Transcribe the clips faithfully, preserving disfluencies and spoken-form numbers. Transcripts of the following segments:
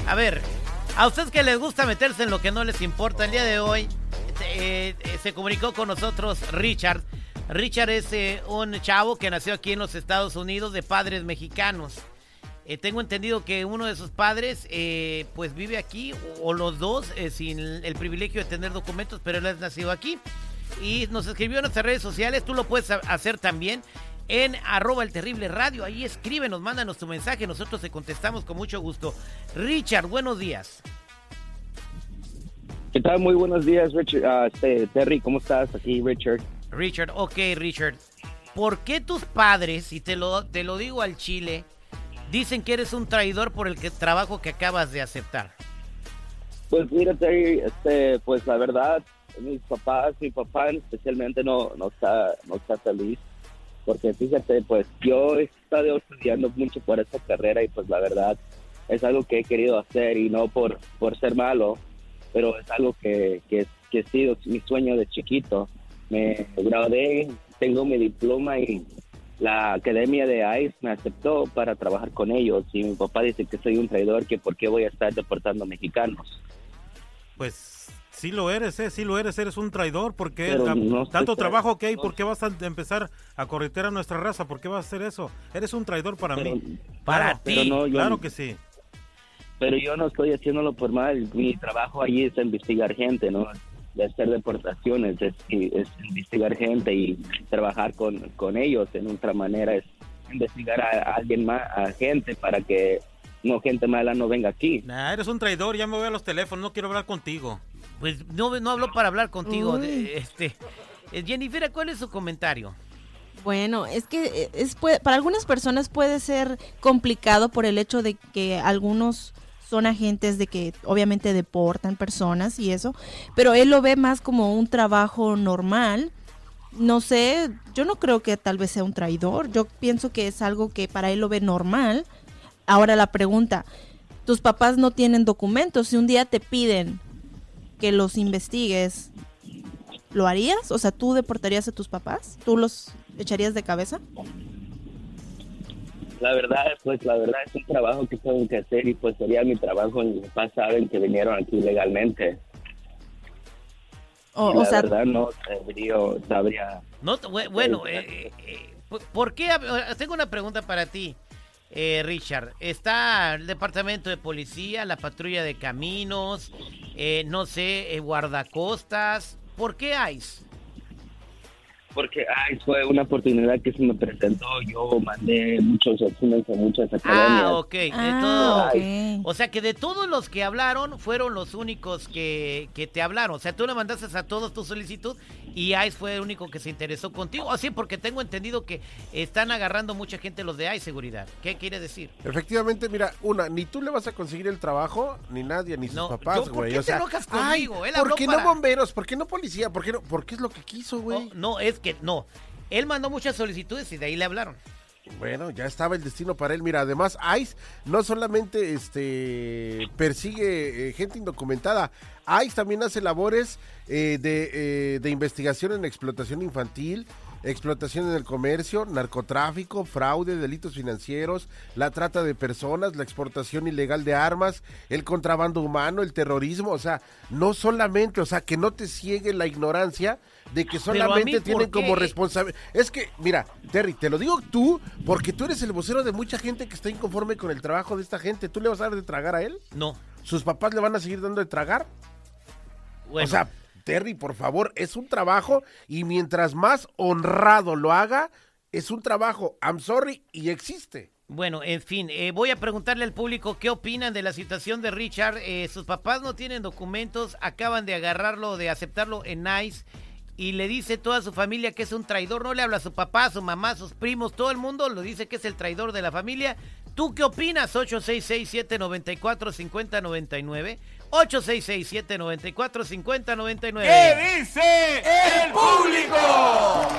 A ver, a ustedes que les gusta meterse en lo que no les importa, el día de hoy eh, eh, se comunicó con nosotros Richard. Richard es eh, un chavo que nació aquí en los Estados Unidos de padres mexicanos. Eh, tengo entendido que uno de sus padres eh, pues vive aquí, o, o los dos, eh, sin el privilegio de tener documentos, pero él es nacido aquí. Y nos escribió en nuestras redes sociales. Tú lo puedes hacer también en arroba el terrible radio. Ahí escríbenos, mándanos tu mensaje, nosotros te contestamos con mucho gusto. Richard, buenos días. ¿Qué tal? Muy buenos días, Richard. Uh, este, Terry, ¿cómo estás? Aquí, Richard. Richard, ok, Richard. ¿Por qué tus padres, y te lo, te lo digo al chile, dicen que eres un traidor por el que, trabajo que acabas de aceptar? Pues mira, Terry, este, pues la verdad, mis papás, mi papá especialmente no, no, está, no está feliz. Porque fíjate, pues yo he estado estudiando mucho por esta carrera y pues la verdad es algo que he querido hacer y no por, por ser malo, pero es algo que, que, que ha sido mi sueño de chiquito. Me gradué, tengo mi diploma y la academia de I C E me aceptó para trabajar con ellos y mi papá dice que soy un traidor, que por qué voy a estar deportando mexicanos. Pues sí lo eres, eh, sí lo eres, eres un traidor, porque Pero a, no tanto estoy- trabajo que hay, no- ¿por qué vas a empezar a corretear a nuestra raza? ¿Por qué vas a hacer eso? Eres un traidor para Pero- mí. Para Claro, ti. pero no, yo- claro que sí. Pero yo no estoy haciéndolo por mal. Mi trabajo allí es investigar gente, ¿no? De hacer deportaciones, es, es investigar gente y trabajar con, con ellos en otra manera, es investigar a, a alguien más, a gente para que no gente mala no venga aquí. Nah, eres un traidor, ya me voy a los teléfonos, no quiero hablar contigo. Pues no, no habló para hablar contigo. Uy. De, este, eh, Jennifer, ¿cuál es su comentario? Bueno, es que es, puede- para algunas personas puede ser complicado por el hecho de que algunos son agentes de que obviamente deportan personas y eso, pero él lo ve más como un trabajo normal. No sé, yo no creo que tal vez sea un traidor, yo pienso que es algo que para él lo ve normal. Ahora la pregunta, tus papás no tienen documentos, si un día te piden que los investigues, ¿lo harías? O sea, ¿tú deportarías a tus papás? ¿Tú los echarías de cabeza? La verdad, pues la verdad es un trabajo que tengo que hacer y pues sería mi trabajo. Mis papás saben que vinieron aquí legalmente. O, Y o la sea, verdad no sabría, sabría No, bu- bueno, eh, eh, eh, ¿por qué? Tengo una pregunta para ti, eh, Richard. Está el departamento de policía, la patrulla de caminos, eh, no sé, eh, guardacostas. ¿Por qué I C E? porque ay, fue una oportunidad que se me presentó. Yo mandé muchos resúmenes a muchas academias. Ah, ok. De ah, todo- ok. O sea que de todos los que hablaron, fueron los únicos que, que te hablaron. O sea, tú le mandaste a todos tu solicitud y I C E fue el único que se interesó contigo. Así, porque tengo entendido que están agarrando mucha gente los de I C E Seguridad. ¿Qué quiere decir? Efectivamente, mira, una, ni tú le vas a conseguir el trabajo, ni nadie, ni sus No, papás, yo, ¿por güey. qué O te sea, enojas ay, conmigo? Él ¿por habló qué para- no bomberos? ¿Por qué no policía? ¿Por qué no? Porque es lo que quiso, güey. Oh, no, es que no. Él mandó muchas solicitudes y de ahí le hablaron. Bueno, ya estaba el destino para él. Mira, además, I C E no solamente este persigue eh, gente indocumentada, I C E también hace labores eh, de, eh, de investigación en explotación infantil, explotación en el comercio, narcotráfico, fraude, delitos financieros, la trata de personas, la exportación ilegal de armas, el contrabando humano, el terrorismo. O sea, no solamente, o sea, que no te ciegue la ignorancia de que Pero a mí, solamente ¿por tienen qué? como responsable. Es que, mira, Terry, te lo digo tú, porque tú eres el vocero de mucha gente que está inconforme con el trabajo de esta gente. ¿Tú le vas a dar de tragar a él? No. ¿Sus papás le van a seguir dando de tragar? Bueno, O sea, Terry, por favor, es un trabajo y mientras más honrado lo haga, es un trabajo. I'm sorry, y existe. bueno, en fin, eh, voy a preguntarle al público qué opinan de la situación de Richard. Eh, sus papás no tienen documentos, acaban de agarrarlo, de aceptarlo en I C E. Y le dice toda su familia que es un traidor. No le habla a su papá, a su mamá, a sus primos, todo el mundo lo dice que es el traidor de la familia. ¿Tú qué opinas? ocho seis seis, siete nueve cuatro, cinco cero nueve nueve. ocho seis seis, siete nueve cuatro, cinco cero nueve nueve. ¿Qué dice el público?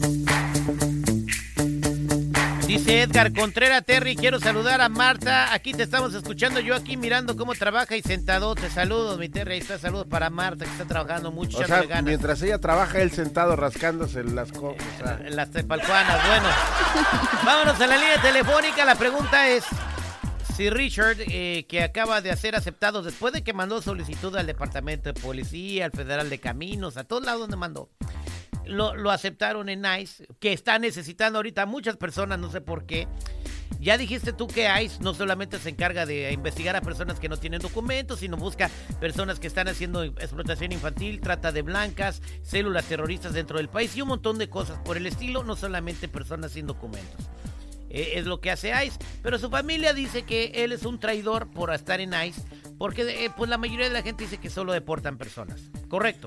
Dice Edgar Contreras, Terry, quiero saludar a Marta. Aquí te estamos escuchando, yo aquí mirando cómo trabaja y sentado. Te saludo, mi Terry. Ahí está, saludos para Marta, que está trabajando mucho, O sea, echándole ganas. mientras ella trabaja, él sentado rascándose las cosas. O sea, Las tepalcuanas, bueno. Vámonos a la línea telefónica. La pregunta es, Si Richard, eh, que acaba de ser aceptado después de que mandó solicitud al Departamento de Policía, al Federal de Caminos, a todos lados donde mandó, lo, lo aceptaron en ICE, que está necesitando ahorita muchas personas, no sé por qué. Ya dijiste tú que ICE no solamente se encarga de investigar a personas que no tienen documentos, sino busca personas que están haciendo explotación infantil, trata de blancas, células terroristas dentro del país y un montón de cosas por el estilo, no solamente personas sin documentos. Eh, es lo que hace ICE, pero su familia dice que él es un traidor por estar en ICE, porque eh, pues la mayoría de la gente dice que solo deportan personas. ¿Correcto?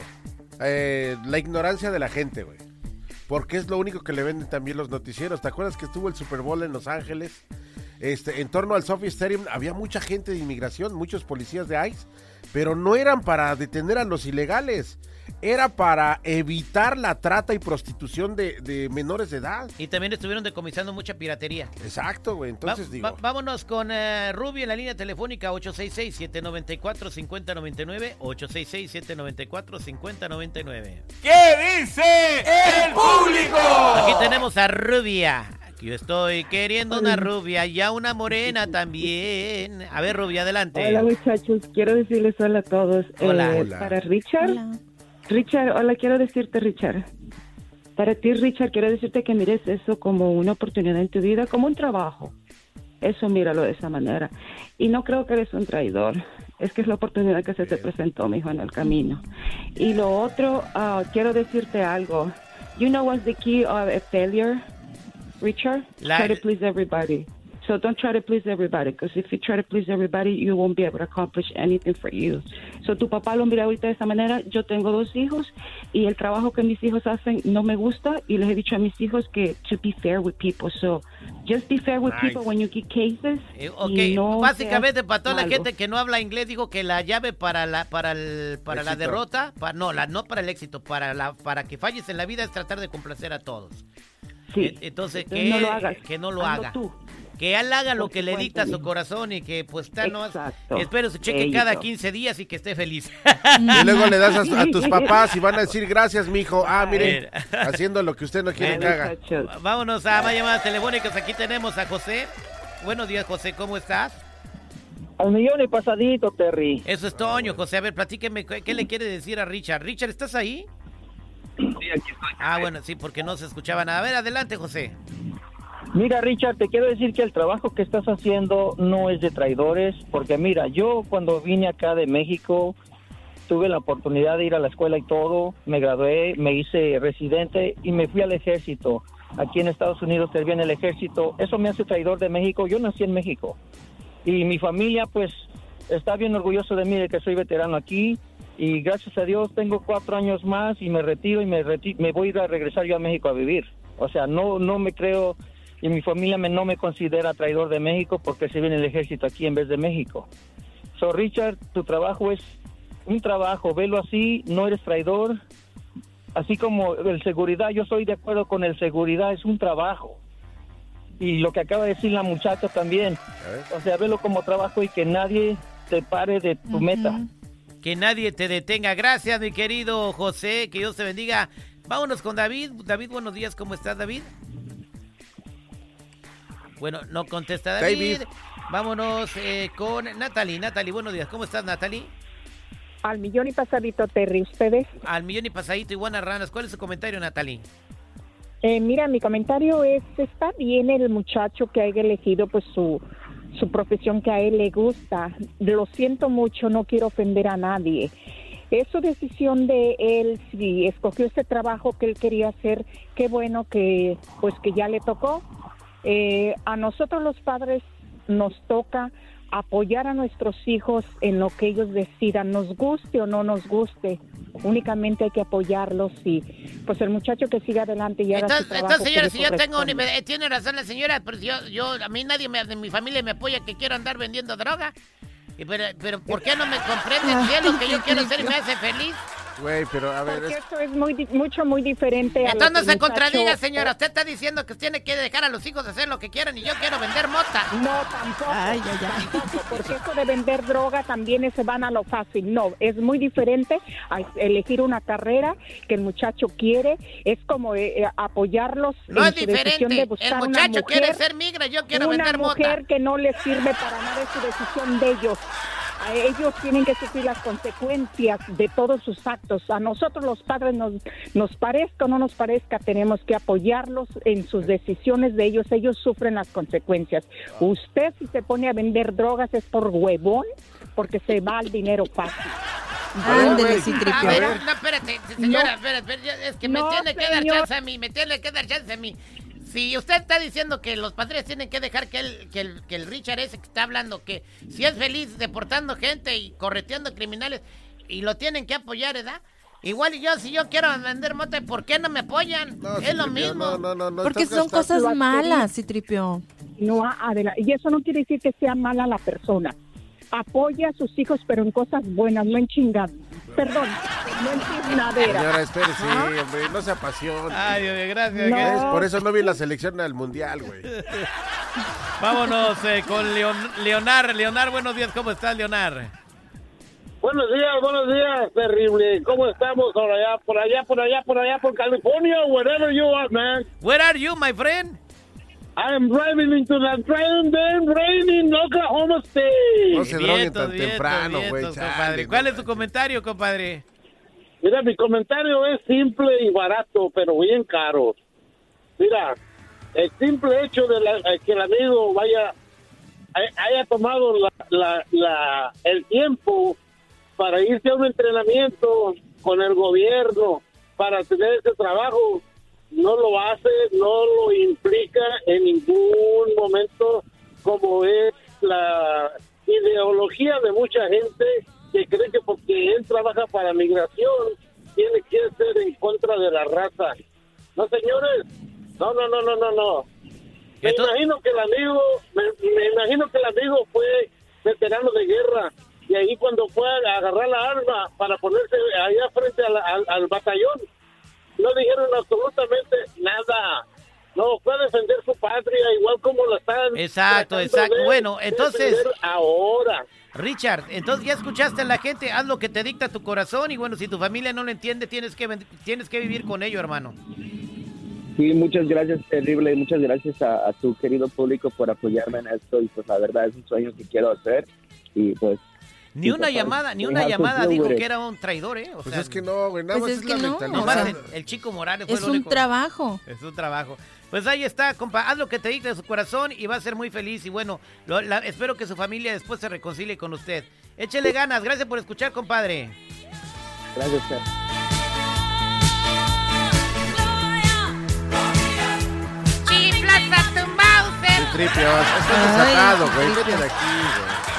Eh, la ignorancia de la gente, güey. Porque es lo único que le venden también los noticieros. ¿Te acuerdas que estuvo el Super Bowl en Los Ángeles? Este, en torno al SoFi Stadium había mucha gente de inmigración, muchos policías de ICE, pero no eran para detener a los ilegales, era para evitar la trata y prostitución de, de menores de edad. Y también estuvieron decomisando mucha piratería. Exacto, güey, entonces va, digo... Va, vámonos con uh, Ruby en la línea telefónica ocho seis seis, siete nueve cuatro, cinco cero nueve nueve, ocho seis seis, siete nueve cuatro, cinco cero nueve nueve. ¿Qué dice el público? Aquí tenemos a Rubia. Yo estoy queriendo una rubia y a una morena también. A ver, Rubia, adelante. Hola, muchachos. Quiero decirles hola a todos. Hola. Eh, Hola. Para Richard. Hola. Richard, hola, quiero decirte, Richard. Para ti, Richard, quiero decirte que mires eso como una oportunidad en tu vida, como un trabajo. Eso míralo de esa manera. Y no creo que eres un traidor. Es que es la oportunidad que se te presentó, mijo, en el camino. Y lo otro, uh, quiero decirte algo. You know what's the key of a failure, Richard? La- Try to please everybody. So don't try to please everybody, because if you try to please everybody, you won't be able to accomplish anything for you. So tu papá lo mira ahorita de esa manera. Yo tengo dos hijos y el trabajo que mis hijos hacen no me gusta, y les he dicho a mis hijos que to be fair with people. So just be fair with Nice. people when you get cases. Eh, ok, y no básicamente seas para toda la malo. gente que no habla inglés, digo que la llave para la para el para la Éxito. derrota, pa- no, la no para el éxito, para la para que falles en la vida es tratar de complacer a todos. Sí. E- Entonces, Entonces, que no lo hagas. que no lo Hazlo haga. tú. Que él haga lo Por que le supuesto, dicta su mijo. corazón y que pues está no Exacto. espero su cheque There you cada go. quince días y que esté feliz. Y luego le das a, a tus papás y van a decir gracias, mijo. Ah, mire, Ay. haciendo lo que usted no quiere que haga. Muchachos. Vámonos a más llamadas telefónicas. Aquí tenemos a José. Buenos días, José, ¿cómo estás? Al millón y pasadito, Terry. Eso es Toño, José. A ver, platíqueme, ¿qué qué le quiere decir a Richard? Richard, ¿estás ahí? Sí, aquí estoy. Ah, bueno, sí, porque no se escuchaba nada. A ver, adelante, José. Mira, Richard, te quiero decir que el trabajo que estás haciendo no es de traidores, porque mira, yo cuando vine acá de México tuve la oportunidad de ir a la escuela y todo, me gradué, me hice residente y me fui al ejército. Aquí en Estados Unidos serví en el ejército. Eso me hace traidor de México. Yo nací en México y mi familia pues está bien orgulloso de mí de que soy veterano aquí, y gracias a Dios tengo cuatro años más y me retiro y me, reti- me voy a ir a regresar yo a México a vivir. O sea, no, no me creo, y mi familia me, no me considera traidor de México porque se viene el ejército aquí en vez de México. So, Richard, tu trabajo es un trabajo, velo así, no eres traidor. Así como el seguridad, yo estoy de acuerdo con el seguridad, es un trabajo. Y lo que acaba de decir la muchacha también, A ver. o sea, velo como trabajo y que nadie te pare de tu meta. Que nadie te detenga. Gracias, mi querido José. Que Dios te bendiga. Vámonos con David. David, buenos días. ¿Cómo estás, David? Bueno, no contesta David. David. Vámonos eh, con Natalie. Natalie, buenos días. ¿Cómo estás, Natalie? Al millón y pasadito, Terry, ¿ustedes? Al millón y pasadito y buenas ranas. ¿Cuál es su comentario, Natalie? Eh, mira, mi comentario es, está bien el muchacho que haya elegido pues su, su profesión que a él le gusta. Lo siento mucho, no quiero ofender a nadie. Es su decisión de él, si escogió este trabajo que él quería hacer, qué bueno que pues que ya le tocó. Eh, a nosotros los padres nos toca apoyar a nuestros hijos en lo que ellos decidan, nos guste o no nos guste. Únicamente hay que apoyarlos y pues el muchacho que siga adelante y haga su Entonces, trabajo entonces señora, que si le yo tengo... corresponde. eh, tiene razón la señora, pero si yo, yo, a mí nadie me, de mi familia me apoya que quiero andar vendiendo droga. Y pero, pero ¿por qué no me comprenden si es lo que yo quiero hacer y me hace feliz? Güey, pero a ver... Porque Es... esto es muy, di- mucho, muy diferente a Entonces lo no que se el muchacho- contradiga, señora. Usted está diciendo que tiene que dejar a los hijos hacer lo que quieran y yo quiero vender mota. No, tampoco. Ay, ay, ay. Tampoco, porque eso de vender droga también se van a lo fácil. No, es muy diferente a elegir una carrera que el muchacho quiere. Es como eh, eh, apoyarlos No en es su decisión diferente. de buscar El una muchacho mujer, quiere ser migra, yo quiero una vender mota. mujer que no les sirve para nada, es su decisión de ellos. A ellos tienen que sufrir las consecuencias de todos sus actos. A nosotros los padres, nos, nos parezca o no nos parezca, tenemos que apoyarlos en sus decisiones de ellos. Ellos sufren las consecuencias. Usted si se pone a vender drogas es por huevón, porque se va al dinero fácil. Ándele, A Citripio. ver, no, espérate, señora, No. espérate, espérate, es que me No, tiene que dar señor. chance a mí, me tiene que dar chance a mí. Si usted está diciendo que los padres tienen que dejar que el, que el, que el Richard ese que está hablando, que si es feliz deportando gente y correteando criminales, y lo tienen que apoyar, ¿verdad? Igual y yo, si yo quiero vender mota, ¿por qué no me apoyan? No, es lo Citripio, mismo. No, no, no, no, Porque estás son gastando- cosas malas, Citripio. No, adela- y eso no quiere decir que sea mala la persona. Apoya a sus hijos, pero en cosas buenas, no en chingadas. Perdón, no en chisnaderas. Señora, espérese, ¿Ah? hombre, no se apasione. Ay, Dios mío, gracias. No. Es por eso no vi la selección al mundial, güey. Vámonos eh, con Leon, Leonar. Leonar, buenos días, ¿cómo estás, Leonar? Buenos días, buenos días, terrible. ¿Cómo estamos por allá, por allá, por allá, por allá, por California, wherever you are, man? Where are you, my friend? I am driving into the train, then raining Oklahoma State. No se droguen Vientos, tan vientos, temprano, güey. vientos, chale, compadre. no ¿Cuál es tu manches. comentario, compadre? Mira, mi comentario es simple y barato, pero bien caro. Mira, el simple hecho de la- eh, que el amigo vaya, hay- haya tomado la, la, la, el tiempo para irse a un entrenamiento con el gobierno, para tener ese trabajo, no lo hace, no lo implica en ningún momento, como es la ideología de mucha gente que cree que porque él trabaja para migración tiene que ser en contra de la raza. No, señores, no, no, no, no, no, no. Me Entonces- imagino que el amigo, me, me imagino que el amigo fue veterano de guerra y ahí cuando fue a agarrar la arma para ponerse allá frente a la- al, al batallón, no dijeron absolutamente nada. No, fue a defender su patria igual como lo están. Exacto, tratando exacto. de Bueno, entonces- defender ahora. Richard, entonces ya escuchaste a la gente, haz lo que te dicta tu corazón y bueno, si tu familia no lo entiende, tienes que ven- tienes que vivir con ello, hermano. Sí, muchas gracias, Terrible, y muchas gracias a, a tu querido público por apoyarme en esto, y pues la verdad es un sueño que quiero hacer, y pues... Ni sí, una papá, llamada, ni we una have to llamada deal dijo with it. que era un traidor, ¿eh? O Pues sea, es que no, güey, nada Pues más es es la que no, mentalidad. nomás o sea, el, el Chico Morales fue Es el un único. trabajo. Es un trabajo. Pues ahí está, compa, haz lo que te dicta de su corazón y va a ser muy feliz y bueno, lo- la- espero que su familia después se reconcilie con usted. Échele ganas, gracias por escuchar, compadre. Gracias, Ter. Chiflas a tu Mauser. Citripio, estás Ay, desatado, güey. Citripio. Vete de aquí, güey.